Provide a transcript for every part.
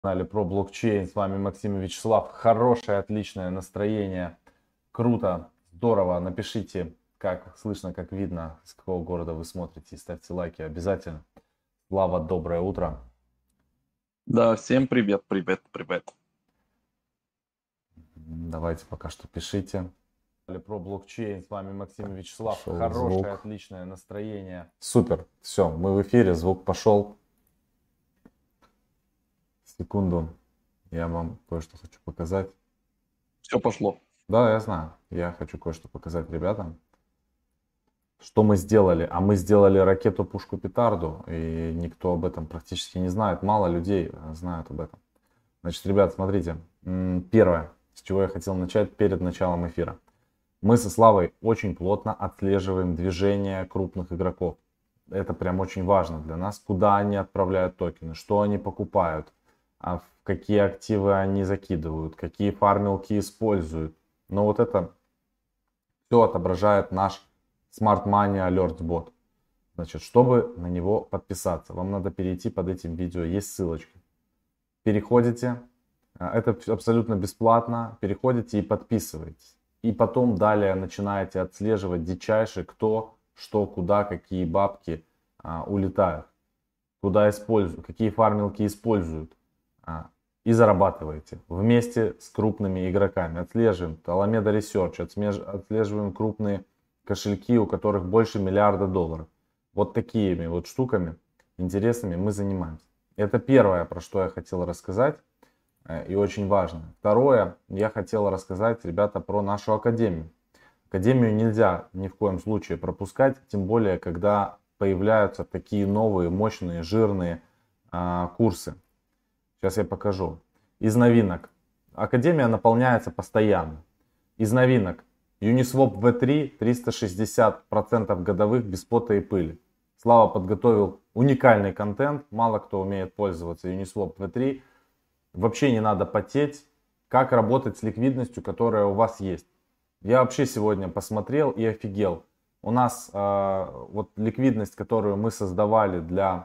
Канале про блокчейн. С вами Максим и Вячеслав. Хорошее, отличное настроение. Круто, здорово. Напишите, как слышно, как видно, с какого города вы смотрите. И ставьте лайки обязательно. Слава, доброе утро. Да, всем привет, привет, привет. Давайте пока что пишите. Про блокчейн. С вами Максим и Вячеслав. Пошел Хорошее, звук. отличное настроение. Супер. Все, мы в эфире. Звук пошел. Секунду. Я вам кое-что хочу показать. Все пошло. Да, я знаю. Я хочу кое-что показать ребятам. Что мы сделали? А мы сделали ракету-пушку-петарду, и никто об этом практически не знает. Мало людей знают об этом. Значит, ребят, смотрите. Первое, с чего я хотел начать перед началом эфира. Мы со Славой очень плотно отслеживаем движение крупных игроков. Это прям очень важно для нас. Куда они отправляют токены, что они покупают, в какие активы они закидывают, какие фармилки используют. Но вот это все отображает наш Smart Money Alerts Bot. Значит, чтобы на него подписаться, вам надо перейти под этим видео, есть ссылочка. Переходите, это абсолютно бесплатно, переходите и подписываетесь. И потом далее начинаете отслеживать дичайше, кто, что, куда, какие бабки улетают, куда используют, какие фармилки используют. И зарабатываете вместе с крупными игроками. Отслеживаем Alameda Research, отслеживаем крупные кошельки, у которых больше миллиарда долларов. Вот такими вот штуками интересными мы занимаемся. Это первое, про что я хотел рассказать, и очень важно. Второе, я хотел рассказать, ребята, про нашу академию. Академию нельзя ни в коем случае пропускать, тем более, когда появляются такие новые, мощные, жирные курсы. Сейчас я покажу. Из новинок. Академия наполняется постоянно. Из новинок. Uniswap V3 360% годовых без пота и пыли. Слава подготовил уникальный контент. Мало кто умеет пользоваться Uniswap V3. Вообще не надо потеть. Как работать с ликвидностью, которая у вас есть. Я вообще сегодня посмотрел и офигел. У нас вот ликвидность, которую мы создавали для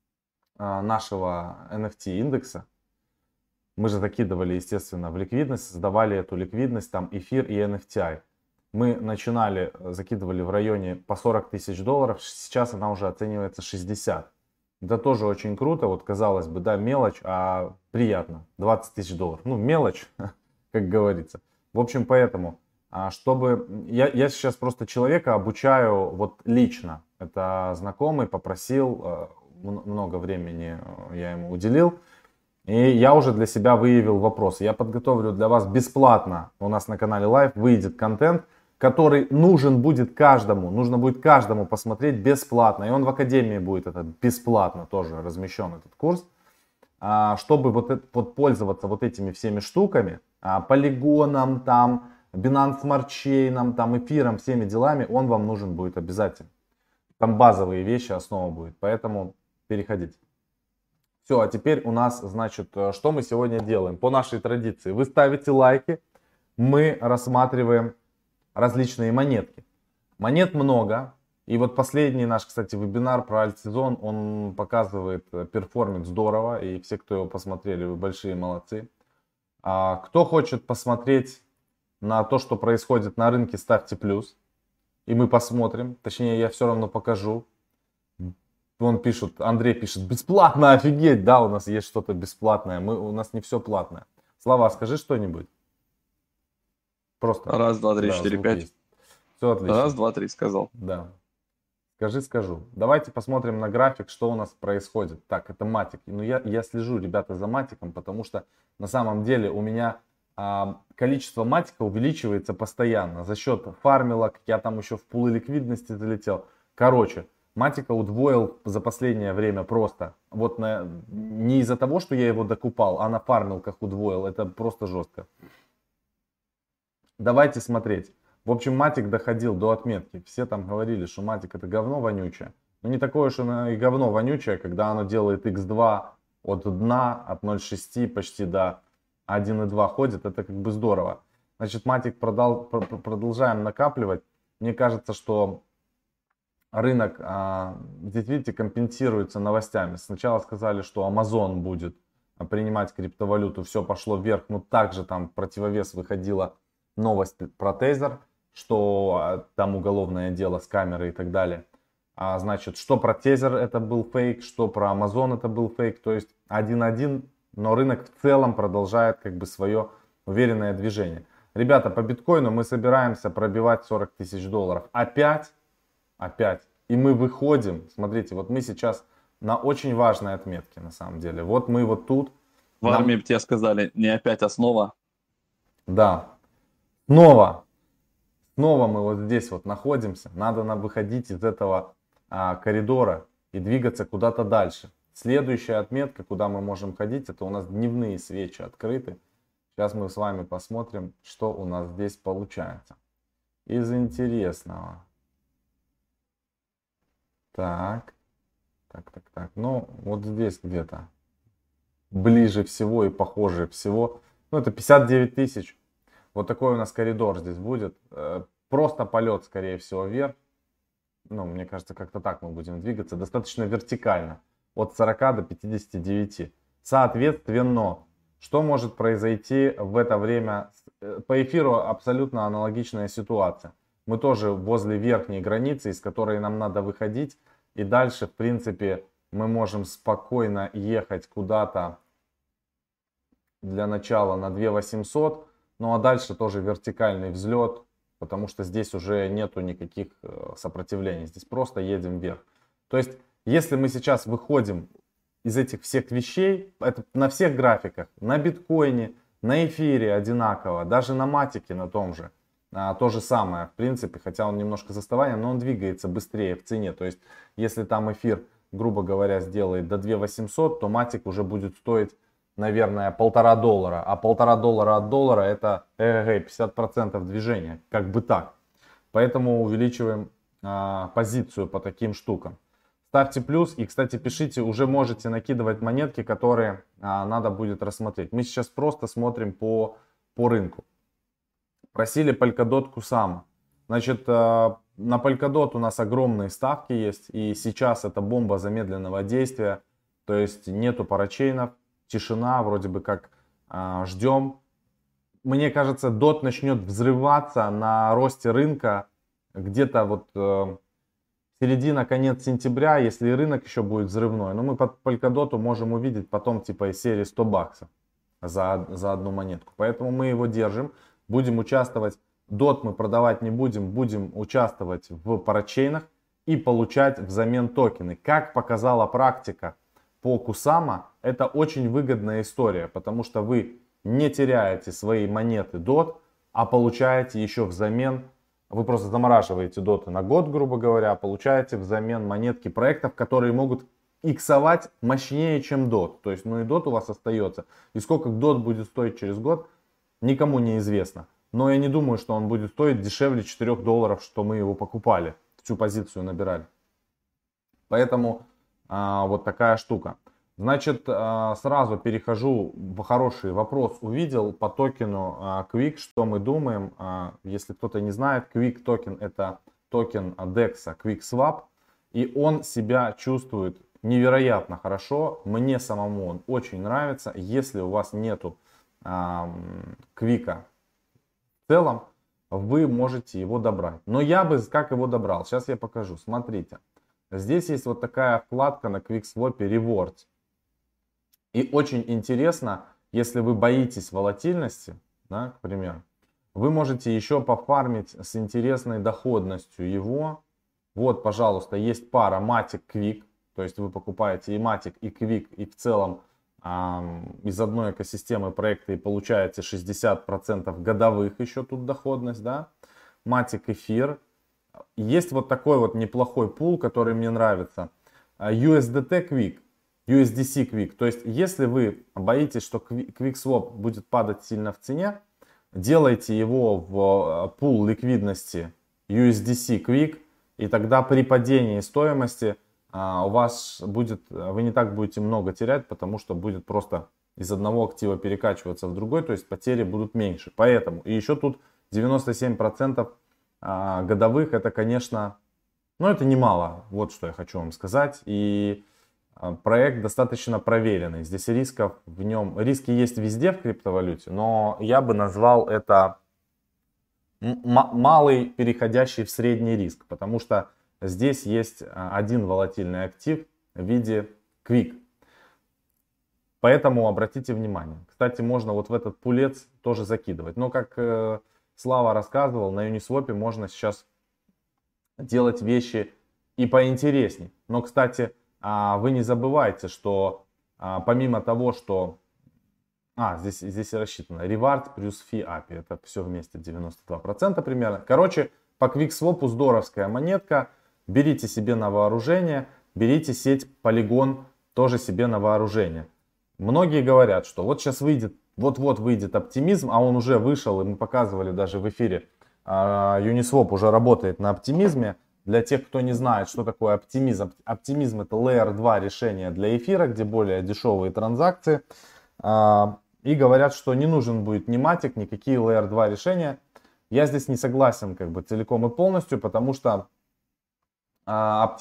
нашего NFT индекса. Мы же закидывали, естественно, в ликвидность, создавали эту ликвидность, там эфир и NFTI. Мы начинали, закидывали в районе по 40 тысяч долларов, сейчас она уже оценивается 60. Это тоже очень круто, вот казалось бы, да, мелочь, а приятно, 20 тысяч долларов. Ну, мелочь, как говорится. В общем, поэтому, чтобы, я сейчас просто человека обучаю вот лично. Это знакомый попросил, много времени я ему уделил. И я уже для себя выявил вопросы. Я подготовлю для вас бесплатно. У нас на канале Live выйдет контент, который нужен будет каждому. Нужно будет каждому посмотреть бесплатно. И он в Академии будет это бесплатно тоже размещен, этот курс. Чтобы вот пользоваться вот этими всеми штуками, полигоном, там, Binance Smart Chain, там, эфиром, всеми делами, он вам нужен будет обязательно. Там базовые вещи, основа будет. Поэтому переходите. Все, а теперь у нас, значит, что мы сегодня делаем? По нашей традиции, вы ставите лайки, мы рассматриваем различные монетки. Монет много. И вот последний наш, кстати, вебинар про альтсезон, он показывает перформит здорово. И все, кто его посмотрели, вы большие молодцы. Кто хочет посмотреть на то, что происходит на рынке, ставьте плюс. И мы посмотрим. Точнее, я все равно покажу. Он пишет, Андрей пишет, бесплатно, офигеть, да, у нас есть что-то бесплатное, у нас не все платное. Слава, скажи что-нибудь. Просто, Раз, два, три, да, четыре, звук пять. есть. Все Раз, отлично. два, три, сказал. Да. Скажу. Давайте посмотрим на график, что у нас происходит. Так, это матик. Ну, я слежу, ребята, за матиком, потому что на самом деле у меня количество матика увеличивается постоянно за счет фармилок. Я там еще в пулы ликвидности залетел. Короче, матика удвоил за последнее время просто. Вот не из-за того, что я его докупал, а на фармилках удвоил. Это просто жестко. Давайте смотреть. В общем, матик доходил до отметки. Все там говорили, что матик это говно вонючее. Но не такое уж оно и говно вонючее, когда оно делает x2 от дна, от 0.6 почти до 1.2 ходит. Это как бы здорово. Значит, матик продолжаем накапливать. Мне кажется, что рынок, здесь, видите, компенсируется новостями. Сначала сказали, что Amazon будет принимать криптовалюту, все пошло вверх, но также там в противовес выходила новость про Тезер, что там уголовное дело с камерой и так далее. Значит, что про Тезер это был фейк, что про Amazon это был фейк, то есть 1-1, но рынок в целом продолжает как бы свое уверенное движение. Ребята, по биткоину мы собираемся пробивать 40 тысяч долларов. Опять. И мы выходим, смотрите, вот мы сейчас на очень важной отметке на самом деле. Вот мы вот тут. В армии бы тебе сказали, не опять основа. Да. Снова мы вот здесь вот находимся. Надо нам выходить из этого коридора и двигаться куда-то дальше. Следующая отметка, куда мы можем ходить, это у нас дневные свечи открыты. Сейчас мы с вами посмотрим, что у нас здесь получается. Из интересного. Так. Ну, вот здесь где-то. Ближе всего и похоже всего. Ну, это 59 тысяч. Вот такой у нас коридор здесь будет. Просто полет, скорее всего, вверх. Ну, мне кажется, как-то так мы будем двигаться. Достаточно вертикально. От 40 до 59. Соответственно, что может произойти в это время? По эфиру абсолютно аналогичная ситуация. Мы тоже возле верхней границы, из которой нам надо выходить. И дальше, в принципе, мы можем спокойно ехать куда-то для начала на 2800. Ну а дальше тоже вертикальный взлет, потому что здесь уже нету никаких сопротивлений. Здесь просто едем вверх. То есть, если мы сейчас выходим из этих всех вещей, это на всех графиках, на биткоине, на эфире одинаково, даже на матике на том же. То же самое, в принципе, хотя он немножко заставание, но он двигается быстрее в цене. То есть, если там эфир, грубо говоря, сделает до 2800, то матик уже будет стоить, наверное, $1,5. А $1,5 от доллара это 50% движения, как бы так. Поэтому увеличиваем позицию по таким штукам. Ставьте плюс и, кстати, пишите, уже можете накидывать монетки, которые надо будет рассмотреть. Мы сейчас просто смотрим по рынку. Просили Polkadot Kusama. Значит, на Polkadot у нас огромные ставки есть. И сейчас это бомба замедленного действия. То есть нету парачейнов, тишина, вроде бы как ждем. Мне кажется, DOT начнет взрываться на росте рынка где-то вот середина, конец сентября, если рынок еще будет взрывной. Но мы по Polkadot можем увидеть потом типа из серии 100 баксов за одну монетку. Поэтому мы его держим. Будем участвовать, DOT мы продавать не будем, будем участвовать в парачейнах и получать взамен токены. Как показала практика по Kusama, это очень выгодная история, потому что вы не теряете свои монеты DOT, а получаете еще взамен, вы просто замораживаете DOT на год, грубо говоря, получаете взамен монетки проектов, которые могут иксовать мощнее, чем DOT. То есть, ну и DOT у вас остается. И сколько DOT будет стоить через год, никому не известно. Но я не думаю, что он будет стоить дешевле $4, что мы его покупали, всю позицию набирали. Поэтому вот такая штука. Значит, сразу перехожу в хороший вопрос. Увидел по токену Quick, что мы думаем. Если кто-то не знает, Quick токен это токен DEX QuickSwap. И он себя чувствует невероятно хорошо. Мне самому он очень нравится. Если у вас нету Квика в целом, вы можете его добрать. Но я бы как его добрал? Сейчас я покажу. Смотрите. Здесь есть вот такая вкладка на QuickSwap Rewards. И очень интересно, если вы боитесь волатильности, да, к примеру, вы можете еще пофармить с интересной доходностью его. Вот, пожалуйста, есть пара Matic Quick. То есть вы покупаете и Matic, и Quick, и в целом из одной экосистемы проекта и получаете 60% годовых еще тут доходность, да. Matic Эфир. Есть вот такой вот неплохой пул, который мне нравится. USDT Quick, USDC Quick. То есть, если вы боитесь, что QuickSwap будет падать сильно в цене, делайте его в пул ликвидности USDC Quick. И тогда при падении стоимости у вас будет, вы не так будете много терять, потому что будет просто из одного актива перекачиваться в другой, то есть потери будут меньше. Поэтому, и еще тут 97% годовых, это, конечно, ну это немало, вот что я хочу вам сказать. И проект достаточно проверенный. Здесь рисков в нем, риски есть везде в криптовалюте, но я бы назвал это малый, переходящий в средний риск, потому что здесь есть один волатильный актив в виде Quick. Поэтому обратите внимание. Кстати, можно вот в этот пулец тоже закидывать. Но как Слава рассказывал, на Uniswap можно сейчас делать вещи и поинтересней. Но, кстати, вы не забывайте, что помимо того, что... здесь рассчитано. Reward плюс Fee API. Это все вместе 92% примерно. Короче, по QuickSwap здоровская монетка. Берите себе на вооружение. Берите сеть Polygon тоже себе на вооружение. Многие говорят, что вот сейчас выйдет, вот-вот выйдет оптимизм, а он уже вышел, и мы показывали даже в эфире. Uniswap уже работает на оптимизме. Для тех, кто не знает, что такое оптимизм. Оптимизм — это Layer 2 решение для эфира, где более дешевые транзакции. И говорят, что не нужен будет ни матик, никакие Layer 2 решения. Я здесь не согласен целиком и полностью, потому что у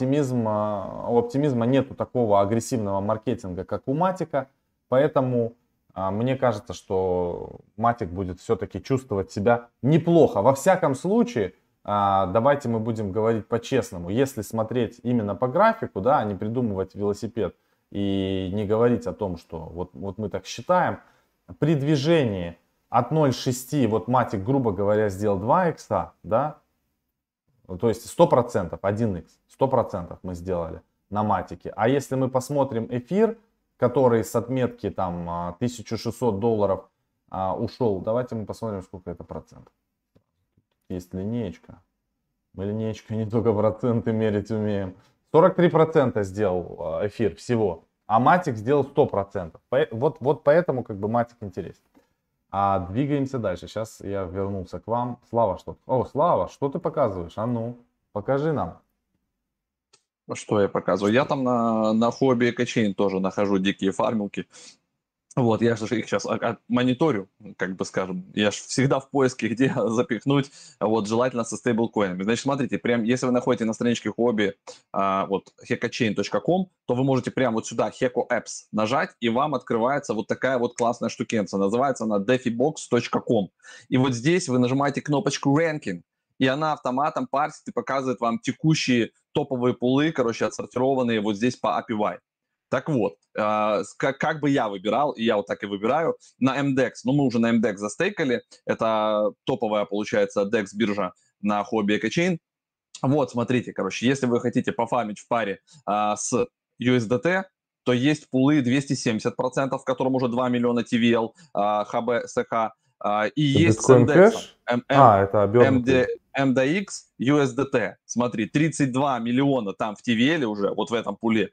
оптимизма нету такого агрессивного маркетинга, как у матика. Поэтому мне кажется, что матик будет все-таки чувствовать себя неплохо. Во всяком случае, давайте мы будем говорить по-честному. Если смотреть именно по графику, а не придумывать велосипед и не говорить о том, что вот мы так считаем, при движении от 0,6, вот матик, грубо говоря, сделал 2 икса, да, то есть 100%, 1х, 100% мы сделали на матике. А если мы посмотрим эфир, который с отметки там $1600 ушел, давайте мы посмотрим, сколько это процентов. Есть линеечка. Мы линеечкой не только проценты мерить умеем. 43% сделал эфир всего, а матик сделал 100%. Вот поэтому матик интересен. Двигаемся дальше. Сейчас я вернулся к вам. Слава, что? Слава, что ты показываешь? А ну, покажи нам. Что я показываю? Я там на хобби экочейн тоже нахожу дикие фармилки. Вот, я же их сейчас мониторю, скажем. Я же всегда в поиске, где запихнуть, желательно со стейблкоинами. Значит, смотрите, прям если вы находите на страничке хобби, hecachain.com, то вы можете прямо вот сюда Heco Apps нажать, и вам открывается вот такая вот классная штукенция. Называется она defibox.com. И вот здесь вы нажимаете кнопочку Ranking, и она автоматом парсит и показывает вам текущие топовые пулы, отсортированные вот здесь по APY. Так вот, как бы я выбирал, и я вот так и выбираю, на MDEX, мы уже на MDEX застейкали, это топовая, получается, DEX биржа на хобби EcoChain. Вот, смотрите, если вы хотите пофармить в паре с USDT, то есть пулы 270%, в котором уже 2 миллиона TVL, HBSH, и есть с индексом MDX USDT. Смотри, 32 миллиона там в TVL уже, вот в этом пуле.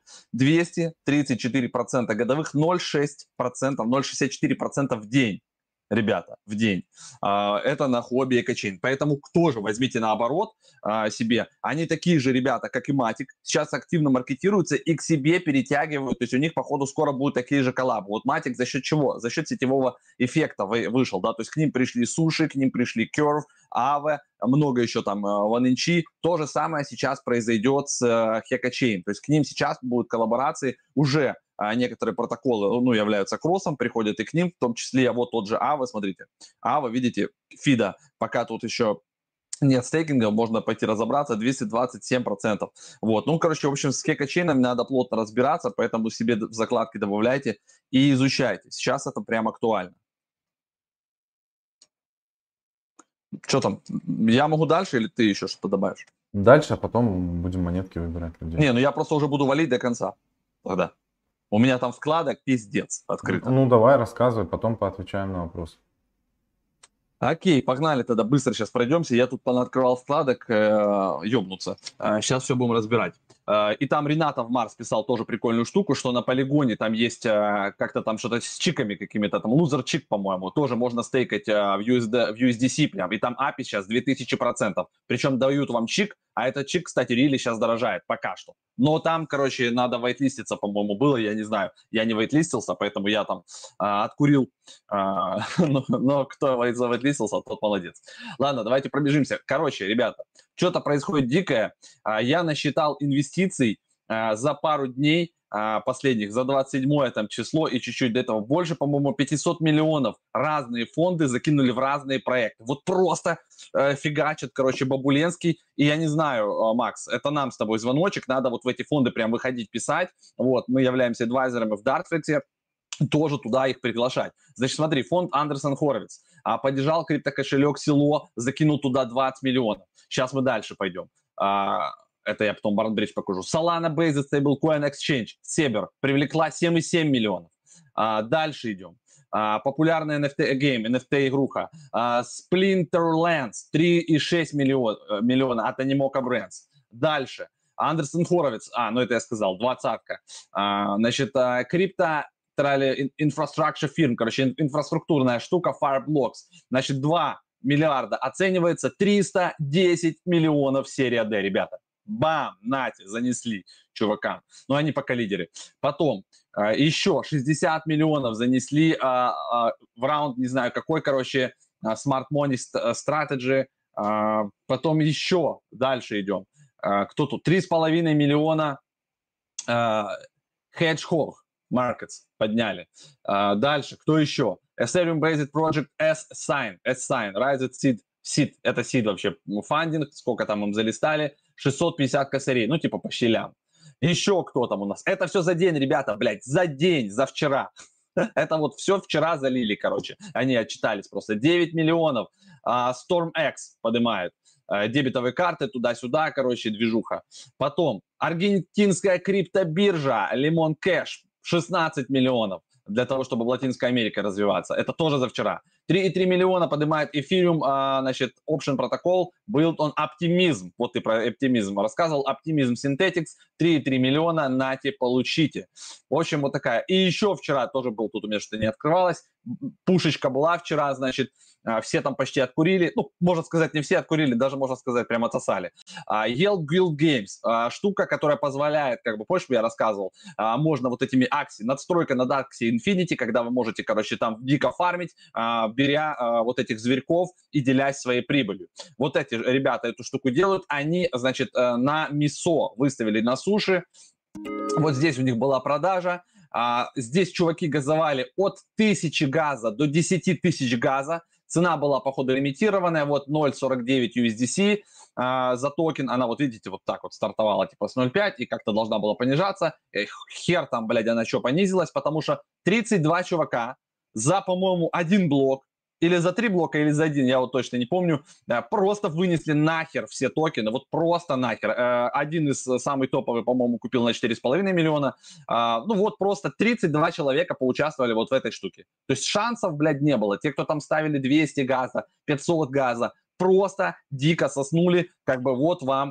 234% годовых, 0,6%, 0,64% в день. Ребята, в день. Это на хобби EcoChain. Поэтому тоже возьмите наоборот себе. Они такие же ребята, как и Matic. Сейчас активно маркетируются и к себе перетягивают. То есть у них, походу, скоро будут такие же коллабы. Вот Matic за счет чего? За счет сетевого эффекта вышел. Да? То есть к ним пришли Sushi, к ним пришли Curve, Aave, много еще там OneInch. То же самое сейчас произойдет с HecaChain. То есть к ним сейчас будут коллаборации уже. Некоторые протоколы, являются кроссом, приходят и к ним, в том числе вот тот же Aave, смотрите. Aave, видите, фида, пока тут еще нет стейкинга, можно пойти разобраться, 227%. Вот, в общем, с HecaChain надо плотно разбираться, поэтому себе в закладки добавляйте и изучайте. Сейчас это прям актуально. Что там? Я могу дальше или ты еще что-то добавишь? Дальше, а потом будем монетки выбирать людей. Не, я просто уже буду валить до конца тогда. У меня там вкладок пиздец открыто. Давай, рассказывай, потом поотвечаем на вопрос. Окей, погнали тогда, быстро сейчас пройдемся. Я тут понаоткрывал вкладок, ёбнуться. Сейчас все будем разбирать. И там Ренатов Марс писал тоже прикольную штуку, что на полигоне там есть как-то там что-то с чиками какими-то, там лузер-чик, по-моему, тоже можно стейкать в USDC прям, и там API сейчас 2000%. Причем дают вам чик, а этот чик, кстати, рили сейчас дорожает пока что. Но там, надо вайтлиститься, по-моему, было, я не знаю. Я не вайтлистился, поэтому я там откурил. Но кто вайтлистился, тот молодец. Ладно, давайте пробежимся. Ребята, что-то происходит дикое. Я насчитал инвестиций за пару дней последних, за 27 там число и чуть-чуть до этого больше, по-моему, 500 миллионов разные фонды закинули в разные проекты. Вот просто фигачит, короче, Бабуленский. И я не знаю, Макс, это нам с тобой звоночек, надо вот в эти фонды прям выходить, писать. Вот, мы являемся адвайзерами в Dartflex, тоже туда их приглашать. Значит, смотри, фонд Андерсон Хоровиц поддержал криптокошелек Село, закинул туда 20 миллионов. Сейчас мы дальше пойдем. Это я потом Барнбридж покажу. Solana Based Stablecoin Exchange, Себер, привлекла 7,7 миллионов. Дальше идем. Популярная NFT-игруха. Splinterlands, 3,6 миллиона от Animoca Brands. Дальше. Андерсон Хоровиц, ну это я сказал, 20-ка. Значит, крипто инфраструктура фирм, короче, инфраструктурная штука Fireblocks. Значит, 2 миллиарда оценивается, 310 миллионов серия D, ребята. Бам, нате, занесли чувакам. Ну, они пока лидеры. Потом еще 60 миллионов занесли в раунд, не знаю какой, короче, Smart Money Strategy. Потом еще дальше идем. Кто тут? 3,5 миллиона Hedgehog Markets подняли. Дальше, кто еще? Ethereum-based project S-Sign, Rising Seed, это Seed вообще, фандинг, сколько там им залистали, 650 косарей, ну типа по щелям. Еще кто там у нас? Это все за день, ребята, блядь, за день, за вчера. Это вот все вчера залили, короче. Они отчитались просто. 9 миллионов. StormX поднимает. Дебетовые карты туда-сюда, короче, движуха. Потом аргентинская криптобиржа Limon Cash. 16 миллионов для того, чтобы в Латинской Америке развиваться. Это тоже за вчера. 3,3 миллиона поднимает Ethereum, значит, Option Protocol, Build on Optimism. Вот ты про оптимизм рассказывал. Optimism Synthetics, 3,3 миллиона, нате, получите. В общем, вот такая. И еще вчера тоже был, тут у меня что-то не открывалось, пушечка была вчера, значит, все там почти откурили. Ну, можно сказать, не все откурили, даже, можно сказать, прямо отсосали. Yield Guild Games, штука, которая позволяет, как бы, помнишь, я рассказывал, можно вот этими акциями, надстройка над акцией Infinity, когда вы можете, короче, там дико фармить, беря вот этих зверьков и делясь своей прибылью. Вот эти ребята эту штуку делают, они, значит, на МИСО выставили на суши. Вот здесь у них была продажа. Здесь чуваки газовали от 1000 газа до 10 тысяч газа. Цена была, походу, лимитированная. Вот 0.49 USDC за токен. Она, вот видите, вот так вот стартовала типа с 0.5 и как-то должна была понижаться. Хер там, блядь, она что понизилась, потому что 32 чувака за, по-моему, один блок, или за 3 блока, или за 1, я вот точно не помню, просто вынесли нахер все токены, вот просто нахер. Один из самый топовый, по-моему, купил на 4,5 миллиона. Ну вот просто 32 человека поучаствовали вот в этой штуке. То есть шансов, блядь, не было. Те, кто там ставили 200 газа, 500 газа, просто дико соснули, как бы вот вам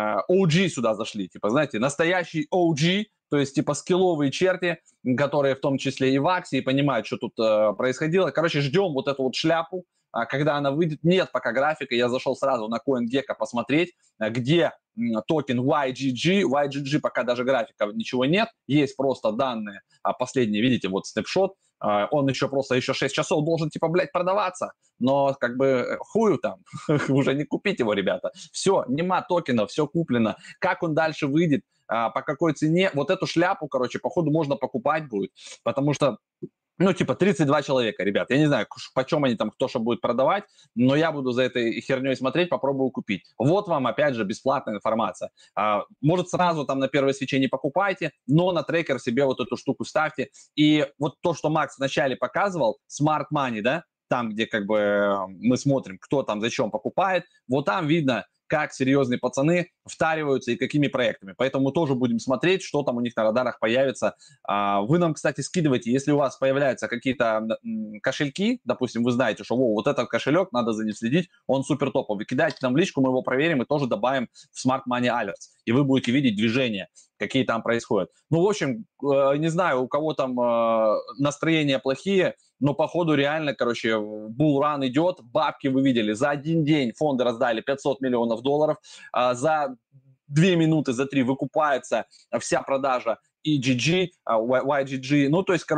OG сюда зашли. Типа, знаете, настоящий OG, то есть, типа, скилловые черти, которые в том числе и в акции, понимают, что тут происходило. Короче, ждем вот эту вот шляпу, когда она выйдет. Нет пока графика, я зашел сразу на CoinGecko посмотреть, где токен YGG. YGG пока даже графика ничего нет, есть просто данные последние, видите, вот снапшот. Он еще 6 часов должен, типа, блядь, продаваться, но как бы хую там, уже не купить его, ребята. Все, нема токенов, все куплено. Как он дальше выйдет, по какой цене, вот эту шляпу, короче, походу можно покупать будет, потому что, ну, типа, 32 человека, ребят. Я не знаю, почем они там, кто что будет продавать, но я буду за этой херней смотреть, попробую купить. Вот вам, опять же, бесплатная информация. Может, сразу там на первой свече не покупайте, но на трекер себе вот эту штуку ставьте. И вот то, что Макс вначале показывал, Smart Money, да, там, где как бы мы смотрим, кто там зачем покупает, вот там видно, как серьезные пацаны втариваются и какими проектами. Поэтому мы тоже будем смотреть, что там у них на радарах появится. Вы нам, кстати, скидывайте, если у вас появляются какие-то кошельки, допустим, вы знаете, что вот этот кошелек, надо за ним следить, он супер топовый. Кидайте нам в личку, мы его проверим и тоже добавим в Smart Money Alerts. И вы будете видеть движения, какие там происходят. Ну, в общем, не знаю, у кого там настроения плохие, но походу реально, короче, булран идет, бабки вы видели, за один день фонды раздали 500 миллионов долларов, за 2 минуты, за 3 выкупается вся продажа EGG, YGG, ну, то есть, короче,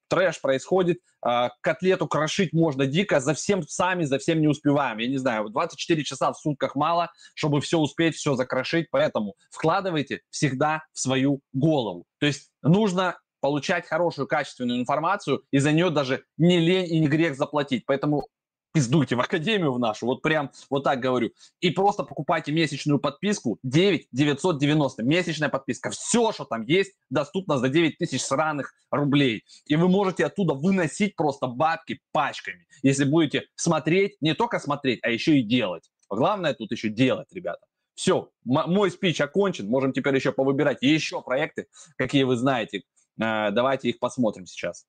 трэш происходит, котлету крошить можно дико, за всем сами, за всем не успеваем. Я не знаю, 24 часа в сутках мало, чтобы все успеть, все закрошить, поэтому вкладывайте всегда в свою голову. То есть нужно получать хорошую, качественную информацию, и за нее даже не лень и не грех заплатить. Поэтому пиздуйте в академию в нашу, вот прям вот так говорю. И просто покупайте месячную подписку 9 990. Месячная подписка. Все, что там есть, доступно за 9 тысяч сраных рублей. И вы можете оттуда выносить просто бабки пачками, если будете смотреть, не только смотреть, а еще и делать. Главное тут еще делать, ребята. Все, мой спич окончен. Можем теперь еще повыбирать еще проекты, какие вы знаете. Давайте их посмотрим сейчас.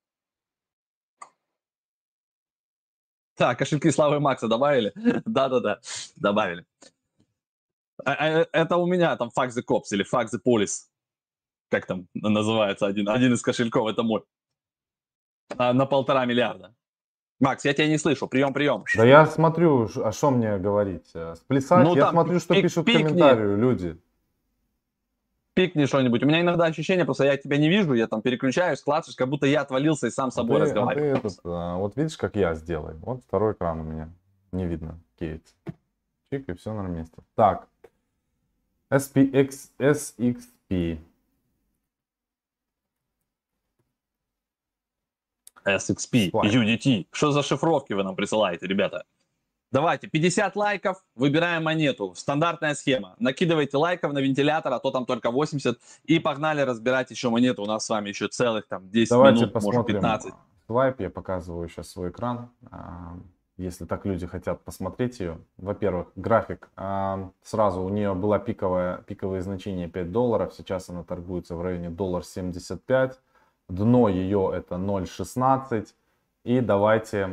Так, кошельки Славы и Макса добавили? Да-да-да, добавили. Это у меня там Fuck the Cops или Fuck the Police. Как там называется один из кошельков, это мой. На 1,5 миллиарда. Макс, я тебя не слышу. Прием. Да я смотрю, а что мне говорить? Сплясать? Ну, Я там смотрю, что пишут в комментарии люди. Пикни что-нибудь. У меня иногда ощущение, просто я тебя не вижу, я там переключаюсь, клацаешь, как будто я отвалился и сам с собой разговариваю. Вот видишь, как я сделаю. Вот второй экран у меня. Не видно. Кейт. Чик, и все на месте. Так. SXP. SXP, UDT. Что за шифровки вы нам присылаете, ребята? Давайте, 50 лайков, выбираем монету. Стандартная схема. Накидывайте лайков на вентилятор, а то там только 80. И погнали разбирать еще монету. У нас с вами еще целых там 10 Давайте минут, посмотрим может 15. Свайп. Я показываю сейчас свой экран. Если так люди хотят посмотреть ее. Во-первых, график. Сразу у нее было пиковое значение $5. Сейчас она торгуется в районе $1.75. Дно ее это 0.16. И давайте...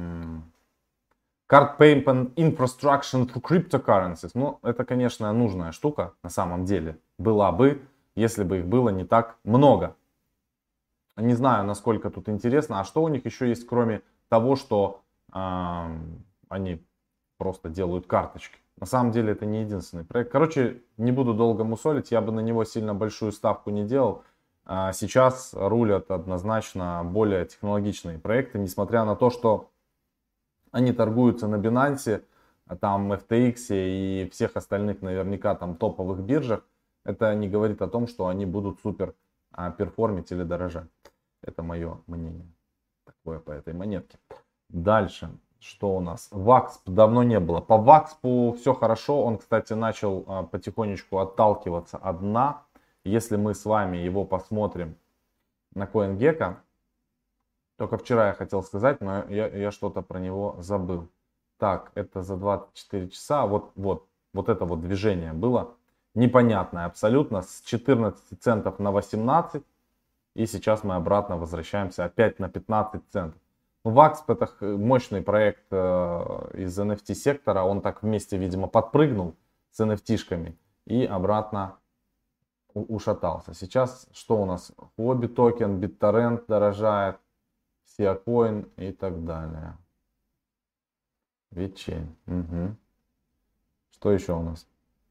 Card Payment Infrastructure to Cryptocurrencies. Ну, это, конечно, нужная штука на самом деле. Была бы, если бы их было не так много. Не знаю, насколько тут интересно. А что у них еще есть, кроме того, что они просто делают карточки. На самом деле это не единственный проект. Короче, не буду долго мусолить. Я бы на него сильно большую ставку не делал. Сейчас рулят однозначно более технологичные проекты. Несмотря на то, что они торгуются на Binance, там FTX и всех остальных наверняка там топовых биржах. Это не говорит о том, что они будут супер перформить или дорожать. Это мое мнение такое по этой монетке. Дальше, что у нас? VAXP давно не было. По VAXP все хорошо. Он, кстати, начал потихонечку отталкиваться от дна. Если мы с вами его посмотрим на CoinGecko, только вчера я хотел сказать, но я что-то про него забыл. Так, это за 24 часа. Вот это вот движение было непонятное абсолютно. С 14 центов на 18. И сейчас мы обратно возвращаемся опять на 15 центов. VAXP это мощный проект из NFT сектора. Он так вместе, видимо, подпрыгнул с NFT-шками и обратно ушатался. Сейчас что у нас? Huobi токен, BitTorrent дорожает. Siacoin и так далее. VeChain. Угу. Что еще у нас?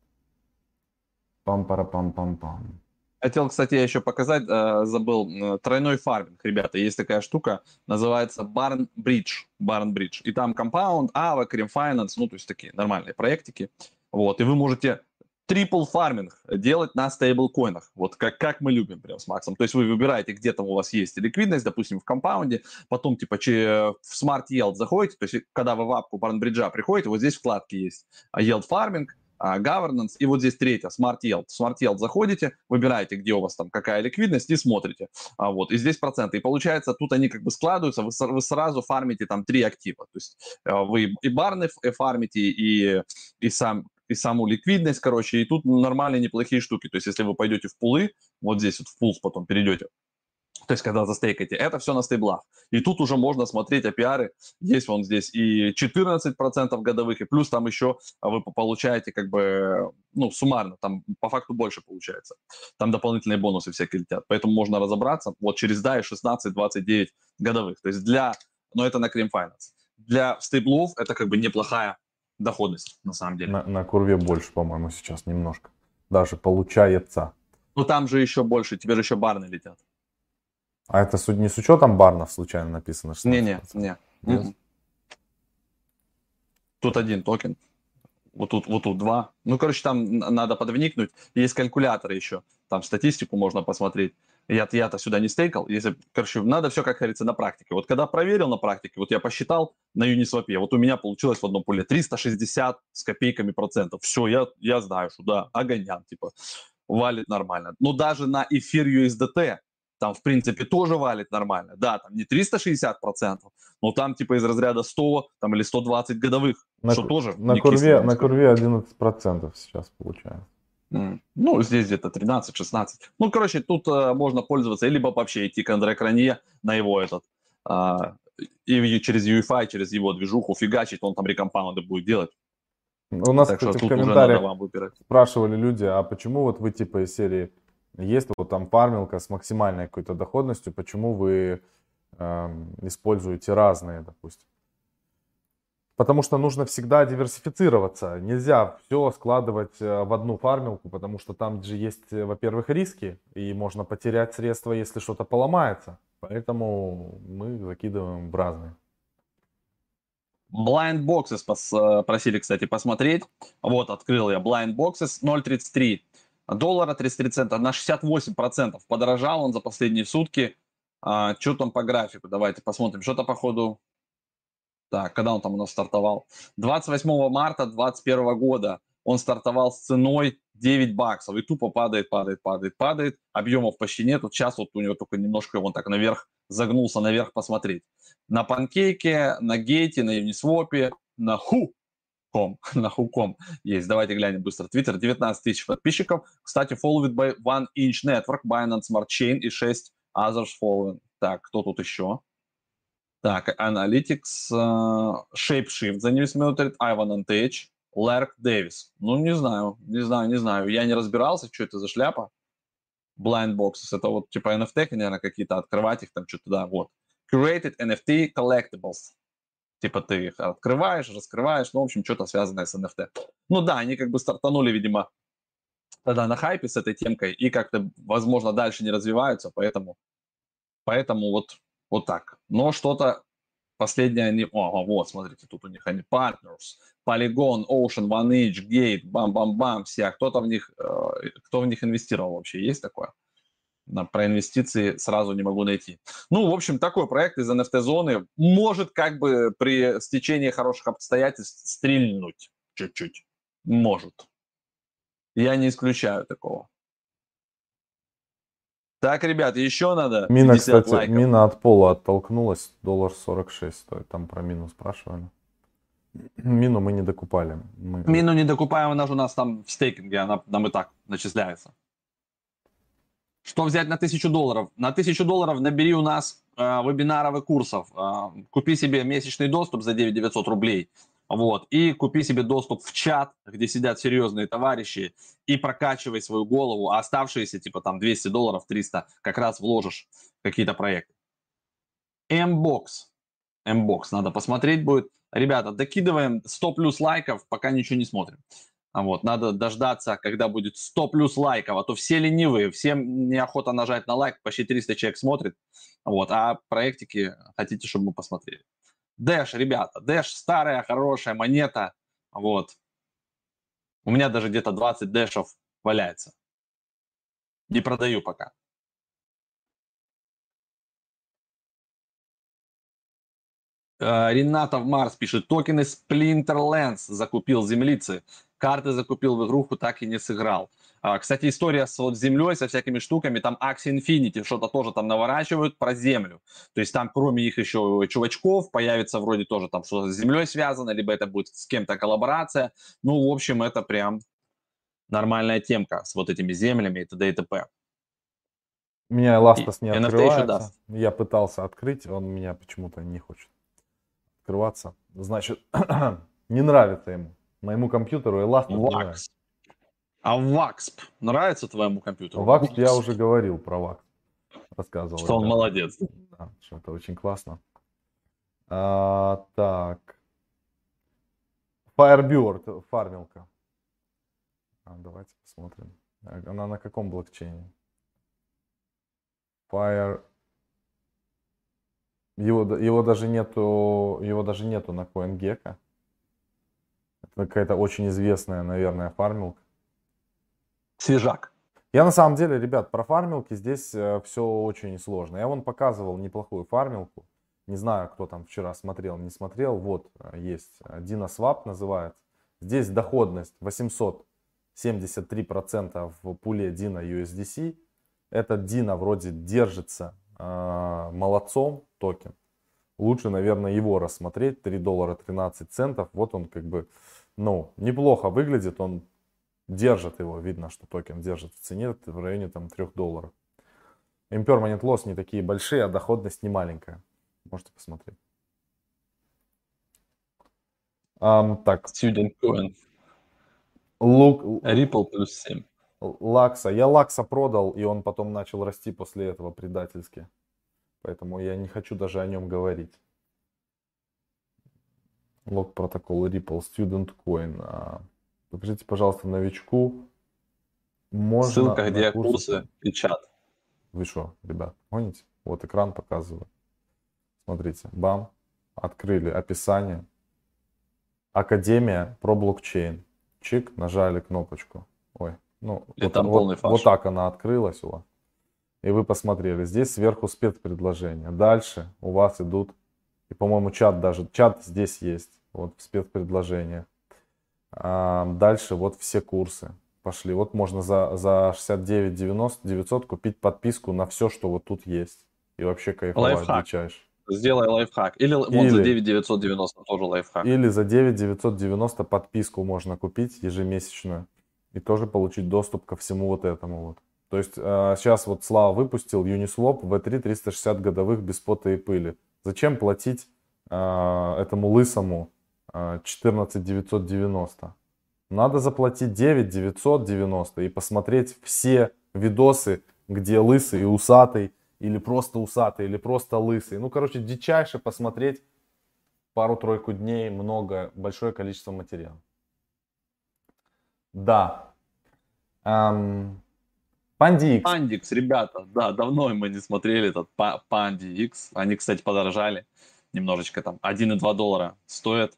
Пам-пара-пам-пам-пам. Хотел, кстати, я еще показать, забыл, тройной фарминг, ребята. Есть такая штука, называется Barn Bridge. Barn Bridge. И там Compound, Ava, Cream Finance, ну, то есть такие нормальные проектики. Вот, и вы можете трипл фарминг делать на стейблкоинах, вот как мы любим прям с Максом. То есть вы выбираете, где там у вас есть ликвидность, допустим, в компаунде, потом типа в Smart Yield заходите, то есть когда вы в апку Barnbridge приходите, вот здесь вкладки есть Yield Farming, Governance, и вот здесь третья, Smart Yield. Smart Yield заходите, выбираете, где у вас там какая ликвидность, и смотрите. Вот, и здесь проценты. И получается, тут они как бы складываются, вы сразу фармите там 3 актива. То есть вы и барны фармите, и саму ликвидность, короче, и тут нормальные неплохие штуки. То есть если вы пойдете в пулы, вот здесь вот в пулс потом перейдете, то есть когда застейкаете, это все на стейблах. И тут уже можно смотреть APR, есть вон здесь и 14% годовых, и плюс там еще вы получаете как бы, ну, суммарно, там по факту больше получается. Там дополнительные бонусы всякие летят. Поэтому можно разобраться. Вот через DAI 16-29 годовых. То есть но это на Cream Finance. Для стейблов это как бы неплохая доходность, на самом деле. На курве больше, по-моему, сейчас немножко. Даже получается. Ну там же еще больше, теперь еще барны летят. А это не с учетом барнов случайно написано 16%? Не. Yes. Тут один токен. Вот тут два. Ну, короче, там надо подвникнуть. Есть калькуляторы еще. Там статистику можно посмотреть. Я-то сюда не стейкал. Если, короче, надо все, как говорится, на практике. Вот когда проверил на практике, вот я посчитал на Uniswap, вот у меня получилось в одном пуле 360 с копейками процентов. Все, я знаю, что да, огоням, типа, валит нормально. Но даже на эфир USDT там, в принципе, тоже валит нормально. Да, там не 360%, но там типа из разряда 100 там, или 120 годовых, что тоже На не кисло, вам курве скажу. 11% сейчас получается. Ну, здесь где-то 13-16. Ну, короче, тут можно пользоваться, либо вообще идти к Андре Кранье на его этот, и через UEFI, через его движуху фигачить, он там рекомпаунды будет делать. У нас, Так что кстати, в тут уже надо комментариях вам выбирать. спрашивали люди, а почему вот вы типа из серии, есть вот там фармилка с максимальной какой-то доходностью, почему вы используете разные, допустим? Потому что нужно всегда диверсифицироваться. Нельзя все складывать в одну фармилку, потому что там же есть, во-первых, риски, и можно потерять средства, если что-то поломается. Поэтому мы закидываем в разные. Blind Boxes просили, кстати, посмотреть. Вот, открыл я Blind Boxes 0.33 доллара 33 цента. На 68% подорожал он за последние сутки. Что там по графику? Давайте посмотрим. Что-то по ходу... Так, когда он там у нас стартовал? 28 марта 2021 года он стартовал с ценой 9 баксов и тупо падает. Объемов почти нет. Вот сейчас вот у него только немножко он так наверх загнулся, наверх посмотреть. На панкейке, на гейте, на Uniswap, на на Хуком есть. Давайте глянем быстро. Твиттер 19 тысяч подписчиков. Кстати, followed by One Inch Network, Binance Smart Chain и 6 others following. Так, кто тут еще? Так, Analytics, Shapeshift за ними смотрит, Ivan Antech, Ларк Дэвис. Ну, не знаю. Я не разбирался, что это за шляпа. Blind Boxes, это вот типа NFT, наверное, какие-то, открывать их там что-то, да, вот. Curated NFT Collectibles. Типа ты их открываешь, раскрываешь, ну, в общем, что-то связанное с NFT. Ну да, они как бы стартанули, видимо, тогда на хайпе с этой темкой и как-то, возможно, дальше не развиваются, поэтому вот так. Но что-то последнее они... вот, смотрите, тут у них они Partners, Polygon, Ocean, OneInch, Gate, бам-бам-бам, все. Кто в них инвестировал вообще? Есть такое? Про инвестиции сразу не могу найти. Ну, в общем, такой проект из NFT-зоны может как бы при стечении хороших обстоятельств стрельнуть чуть-чуть. Может. Я не исключаю такого. Так, ребят, еще надо Мина, 50 кстати, лайков. мина от пола оттолкнулась, $1.46 стоит. Там про мину спрашивали. Мину мы не докупали. Мину не докупаем, она же у нас там в стейкинге, она нам и так начисляется. Что взять на $1000? На $1000 набери у нас вебинаров и курсов. Купи себе месячный доступ за 900 рублей. Вот, и купи себе доступ в чат, где сидят серьезные товарищи, и прокачивай свою голову, а оставшиеся, типа там $200, 300, как раз вложишь в какие-то проекты. Mbox. Надо посмотреть будет. Ребята, докидываем 100 плюс лайков, пока ничего не смотрим. Вот, надо дождаться, когда будет 100 плюс лайков, а то все ленивые, всем неохота нажать на лайк, почти 300 человек смотрит, вот, а проектики хотите, чтобы мы посмотрели. Dash, ребята, Dash старая, хорошая монета, вот. У меня даже где-то 20 дэшев валяется. Не продаю пока. Ренатов Марс пишет, токены Splinterlands закупил землицы, карты закупил в игруху, так и не сыграл. Кстати, история с вот землей, со всякими штуками, там Axie Infinity что-то тоже там наворачивают про землю. То есть там кроме их еще чувачков появится вроде тоже там что-то с землей связано, либо это будет с кем-то коллаборация. Ну, в общем, это прям нормальная темка с вот этими землями и т.д. и т.п. У меня Elastos не NFT еще открывается. даст. Я пытался открыть, он меня почему-то не хочет открываться. Значит, не нравится ему. Моему компьютеру Elastos не нравится. А Ваксп нравится твоему компьютеру? Ваксп я уже говорил про Ваксп. Рассказывал. Что он молодец. Да, что это очень классно. Так. Firebird, фармилка. Давайте посмотрим. Она на каком блокчейне? Его даже нету на CoinGecko. Это какая-то очень известная, наверное, фармилка. Свежак. Я на самом деле, ребят, про фармилки здесь все очень сложно. Я вон показывал неплохую фармилку. Не знаю, кто там вчера смотрел, не смотрел. Вот есть DinoSwap называется. Здесь доходность 873% в пуле Dino USDC. Этот Dino вроде держится молодцом, токен. Лучше, наверное, его рассмотреть. $3.13. Вот он как бы, ну, неплохо выглядит. Он держит его. Видно, что токен держит в цене в районе там $3. Impermanent loss не такие большие, а доходность не маленькая. Можете посмотреть. Так. Student Coin. Ripple плюс 7. Лакса. Я Лакса продал, и он потом начал расти после этого предательски. Поэтому я не хочу даже о нем говорить. Лог протокол Ripple Student Coin. Покажите, пожалуйста, новичку. Можно ссылка, где курсы и чат. Вы что, ребят, гоните? Вот экран показываю. Смотрите, бам, открыли описание. Академия про блокчейн. Чик, нажали кнопочку. Ой, ну вот так она открылась у вас. И вы посмотрели. Здесь сверху спецпредложения. Дальше у вас идут, и, по-моему, чат здесь есть. Вот в спецпредложениях. Дальше вот все курсы пошли. Вот можно за 69,900 купить подписку на все, что вот тут есть. И вообще кайфовать дичайше. Сделай лайфхак. Или вот за 9,990 тоже лайфхак. Или за 9,990 подписку можно купить ежемесячную. И тоже получить доступ ко всему вот этому вот. То есть сейчас вот Слава выпустил Uniswap V3 360 годовых без пота и пыли. Зачем платить этому лысому 14,990? Надо заплатить 9,990 и посмотреть все видосы, где лысый и усатый, или просто усатый, или просто лысый. Ну, короче, дичайше посмотреть пару-тройку дней, большое количество материала. Да. PandyX. PandyX, ребята, да, давно мы не смотрели этот PandyX. Они, кстати, подорожали немножечко там. $1,2 стоят.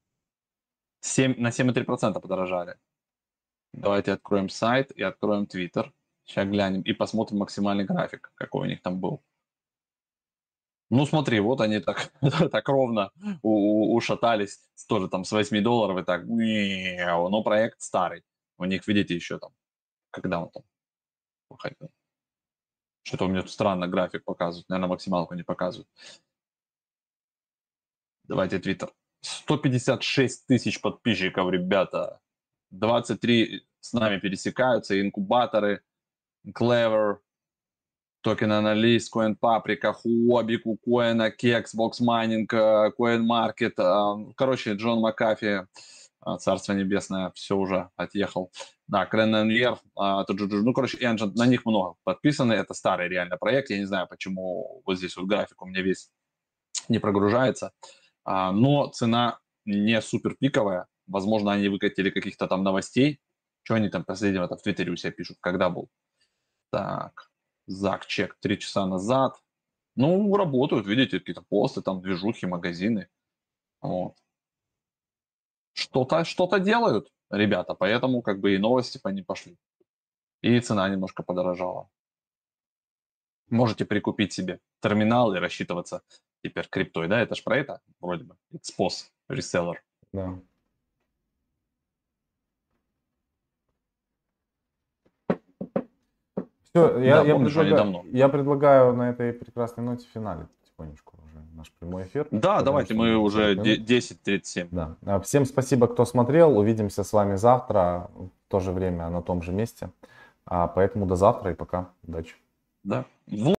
На 7,3% подорожали. Давайте откроем сайт и откроем Twitter. Сейчас глянем и посмотрим максимальный график, какой у них там был. Ну смотри, вот они так, так ровно ушатались, тоже там с $8 и так. Но проект старый. У них, видите, еще там, когда он там выходил. Что-то у меня тут странно график показывает. Наверное, максималку не показывает. Давайте Twitter. 156 тысяч подписчиков, ребята. 23 с нами пересекаются. Инкубаторы, Clever, Token Analyst, Coin Paprika, Huobi, KuCoin, Kex, Box Mining, Coin Market. Короче, Джон Макафи, царство небесное, все уже отъехал. Да, Крененвер, ну, короче, Engine, на них много подписаны. Это старый реально проект. Я не знаю, почему вот здесь вот график у меня весь не прогружается. Но цена не супер пиковая. Возможно, они выкатили каких-то там новостей. Что они там последнего-то в Твиттере у себя пишут? Когда был? Так, Зак-чек 3 часа назад. Ну, работают, видите, какие-то посты, там, движухи, магазины. Вот. Что-то делают ребята, поэтому как бы и новости по ним пошли. И цена немножко подорожала. Можете прикупить себе терминал и рассчитываться теперь криптой, да? Это ж про это вроде бы. Xpos, reseller. Да. Все, я предлагаю на этой прекрасной ноте финалить потихонечку уже наш прямой эфир. Да, давайте, мы уже 10:37. Да. Всем спасибо, кто смотрел. Увидимся с вами завтра в то же время на том же месте. Поэтому до завтра и пока. Удачи. Да.